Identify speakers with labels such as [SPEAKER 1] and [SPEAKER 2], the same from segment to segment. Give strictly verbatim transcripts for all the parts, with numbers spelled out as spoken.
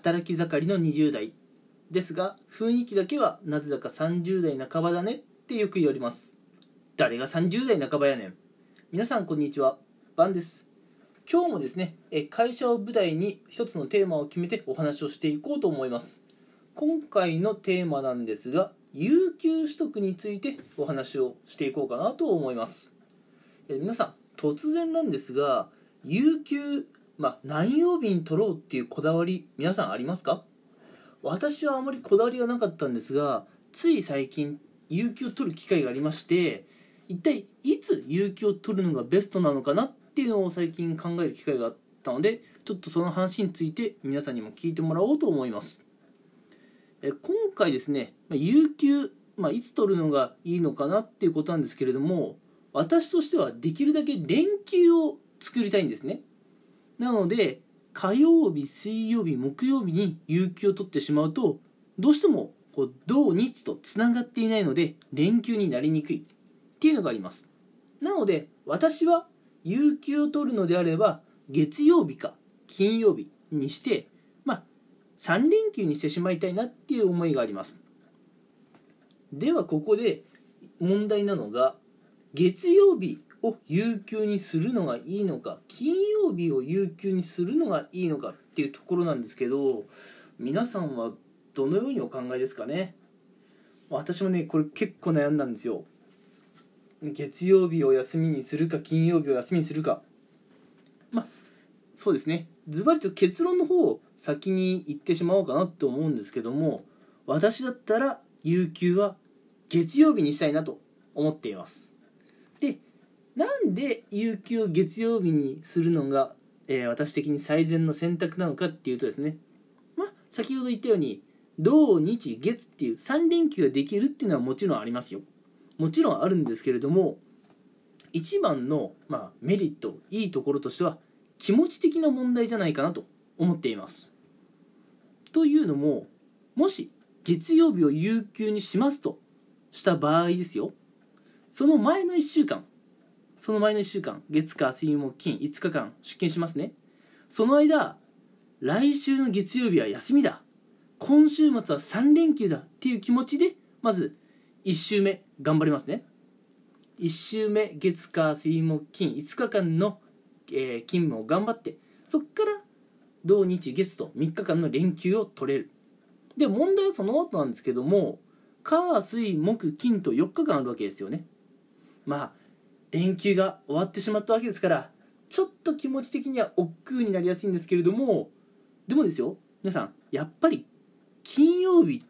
[SPEAKER 1] 働き盛りのにじゅう代ですが、雰囲気だけはなぜだかさんじゅう代半ばだねってよく言われます。誰がさんじゅう代半ばやねん。皆さんこんにちは、バンです。今日もですね、会社を舞台に一つのテーマを決めてお話をしていこうと思います。今回のテーマなんですが、有給取得についてお話をしていこうかなと思います。え皆さん、突然なんですが、有給、まあ、何曜日に取ろうっていうこだわり、皆さんありますか？私はあまりこだわりがなかったんですが、つい最近有給を取る機会がありまして、一体いつ有給を取るのがベストなのかなっていうのを最近考える機会があったので、ちょっとその話について皆さんにも聞いてもらおうと思います。え今回ですね、有給、まあ、いつ取るのがいいのかなっていうことなんですけれども、私としてはできるだけ連休を作りたいんですね。なので火曜日、水曜日、木曜日に有給を取ってしまうと、どうしてもこう土日とつながっていないので連休になりにくいっていうのがあります。なので私は有給を取るのであれば月曜日か金曜日にして、まあさん連休にしてしまいたいなっていう思いがあります。ではここで問題なのが、月曜日を有給にするのがいいのか、金曜日を有給にするのがいいのかっていうところなんですけど、皆さんはどのようにお考えですかね。私もね、これ結構悩んだんですよ。月曜日を休みにするか金曜日を休みにするか。まあそうですね、ズバリと結論の方を先に言ってしまおうかなと思うんですけども、私だったら有給は月曜日にしたいなと思っています。で、なんで有給を月曜日にするのが、えー、私的に最善の選択なのかっていうとですね、まあ先ほど言ったように土日月っていうさん連休ができるっていうのはもちろんありますよ。もちろんあるんですけれども、一番の、まあ、メリット、いいところとしては気持ち的な問題じゃないかなと思っています。というのも、もし月曜日を有給にしますとした場合ですよ、その前のいっしゅうかん、その前のいっしゅうかん、月火水木金いつかかん出勤しますね。その間、来週の月曜日は休みだ、今週末はさん連休だっていう気持ちで、まずいち週目頑張りますね。いち週目、月火水木金いつかかんの、えー、勤務を頑張って、そこから土日月とみっかかんの連休を取れる。で、問題はその後なんですけども、火水木金とよっかかんあるわけですよね。まあ連休が終わってしまったわけですから、ちょっと気持ち的には億劫になりやすいんですけれども、でもですよ、皆さん、やっぱり金曜日って、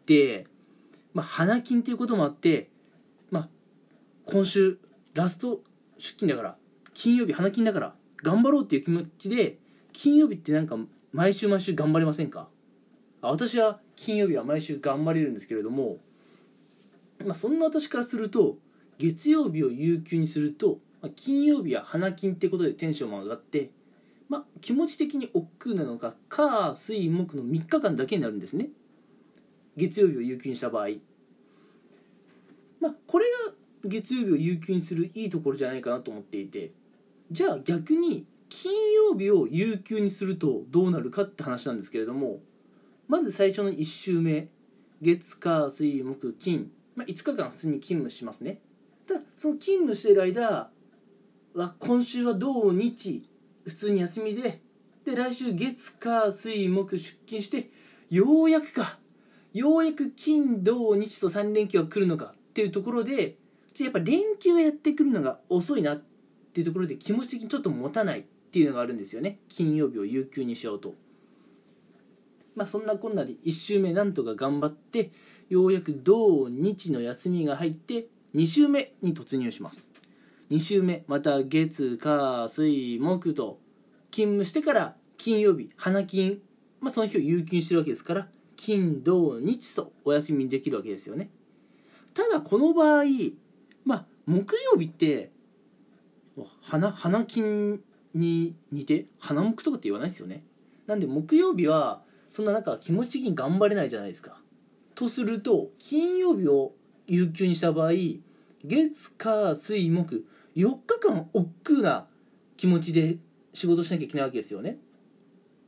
[SPEAKER 1] まあ、花金ということもあって、まあ、今週ラスト出勤だから、金曜日花金だから頑張ろうっていう気持ちで、金曜日ってなんか毎週毎週頑張れませんか？私は金曜日は毎週頑張れるんですけれども、まあ、そんな私からすると月曜日を有給にすると、まあ、金曜日は花金ってことでテンションも上がって、まあ、気持ち的に億劫なのが火水木のみっかかんだけになるんですね、月曜日を有給にした場合。まあこれが月曜日を有給にするいいところじゃないかなと思っていて、じゃあ逆に金曜日を有給にするとどうなるかって話なんですけれども、まず最初のいち週目、月火水木金、まあ、いつかかん普通に勤務しますね。ただその勤務している間は、今週は土日普通に休みで、で来週月火水木出勤して、ようやくかようやく金土日とさん連休が来るのかっていうところで、やっぱ連休がやってくるのが遅いなっていうところで気持ち的にちょっと持たないっていうのがあるんですよね、金曜日を有給にしようと。まあそんなこんなでいち週目なんとか頑張って、ようやく土日の休みが入ってに週目に突入します。に週目、また月火水木と勤務してから金曜日花金、まあその日を有給にしてるわけですから、金土日とお休みにできるわけですよね。ただこの場合、まあ木曜日って花花金に似て花木とかって言わないですよね。なんで木曜日はそんななんか気持ち的に頑張れないじゃないですか。とすると金曜日を有給にした場合、月火水木よっかかん億劫な気持ちで仕事しなきゃいけないわけですよね。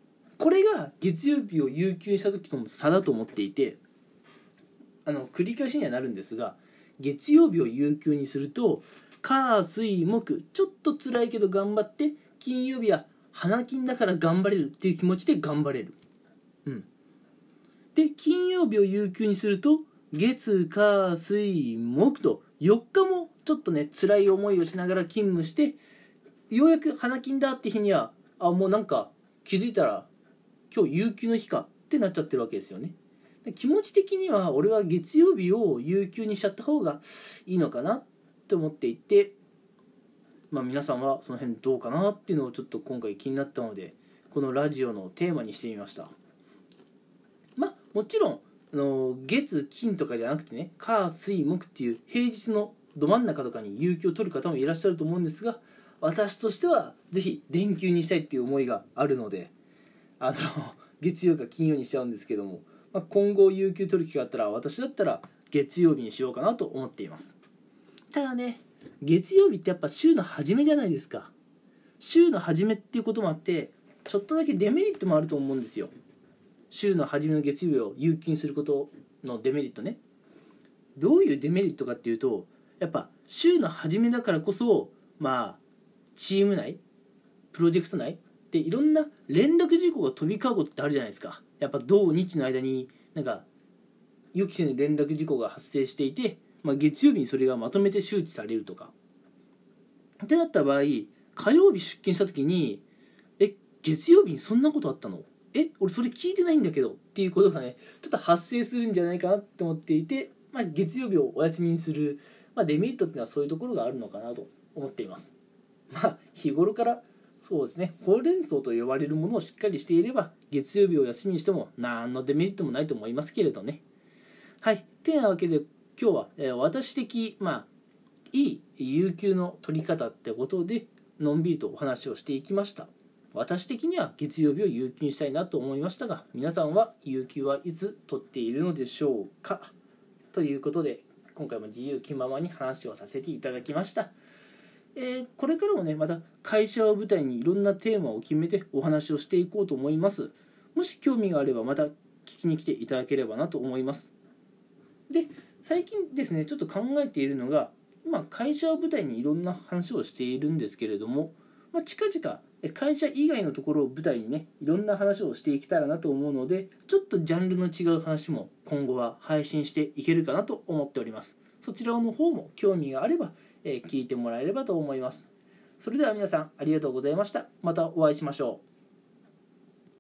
[SPEAKER 1] これが月曜日を有給にした時との差だと思っていて、あの繰り返しにはなるんですが、月曜日を有給にすると火水木ちょっと辛いけど頑張って、金曜日は花金だから頑張れるっていう気持ちで頑張れる。うん。で金曜日を有給にすると月火水木とよっかもちょっとね辛い思いをしながら勤務して、ようやく花金だって日にはあもうなんか気づいたら今日有給の日かってなっちゃってるわけですよね。で気持ち的には俺は月曜日を有給にしちゃった方がいいのかなって思っていて、まあ皆さんはその辺どうかなっていうのをちょっと今回気になったので、このラジオのテーマにしてみました。まあもちろんあの月金とかじゃなくてね、火水木っていう平日のど真ん中とかに有給を取る方もいらっしゃると思うんですが、私としてはぜひ連休にしたいっていう思いがあるので、あの月曜か金曜にしちゃうんですけども、まあ、今後有給取る機会があったら私だったら月曜日にしようかなと思っています。ただね、月曜日ってやっぱ週の初めじゃないですか。週の初めっていうこともあってちょっとだけデメリットもあると思うんですよ。週の初めの月曜日を有給にすることのデメリットね。どういうデメリットかっていうと、やっぱ週の初めだからこそ、まあチーム内プロジェクト内でいろんな連絡事項が飛び交うことってあるじゃないですか。やっぱ同日の間になんか予期せぬ連絡事項が発生していて、まあ、月曜日にそれがまとめて周知されるとかってなった場合、火曜日出勤した時にえ月曜日にそんなことあったの、え俺それ聞いてないんだけどっていうことがねちょっと発生するんじゃないかなって思っていて、まあ、月曜日をお休みにする、まあ、デメリットっていうのはそういうところがあるのかなと思っています。まあ日頃からそうですね、ほうれん草と呼ばれるものをしっかりしていれば月曜日を休みにしても何のデメリットもないと思いますけれどね。はい、てなわけで今日は、えー、私的まあいい有給の取り方ってことでのんびりとお話をしていきました。私的には月曜日を有給にしたいなと思いましたが、皆さんは有給はいつ取っているのでしょうか。ということで今回も自由気ままに話をさせていただきました。えー、これからもねまた会社を舞台にいろんなテーマを決めてお話をしていこうと思います。もし興味があればまた聞きに来ていただければなと思います。で最近ですねちょっと考えているのが、今会社を舞台にいろんな話をしているんですけれども、まあ、近々会社以外のところを舞台にねいろんな話をしていけたらなと思うので、ちょっとジャンルの違う話も今後は配信していけるかなと思っております。そちらの方も興味があればえー、聞いてもらえればと思います。それでは皆さんありがとうございました。またお会いしましょう。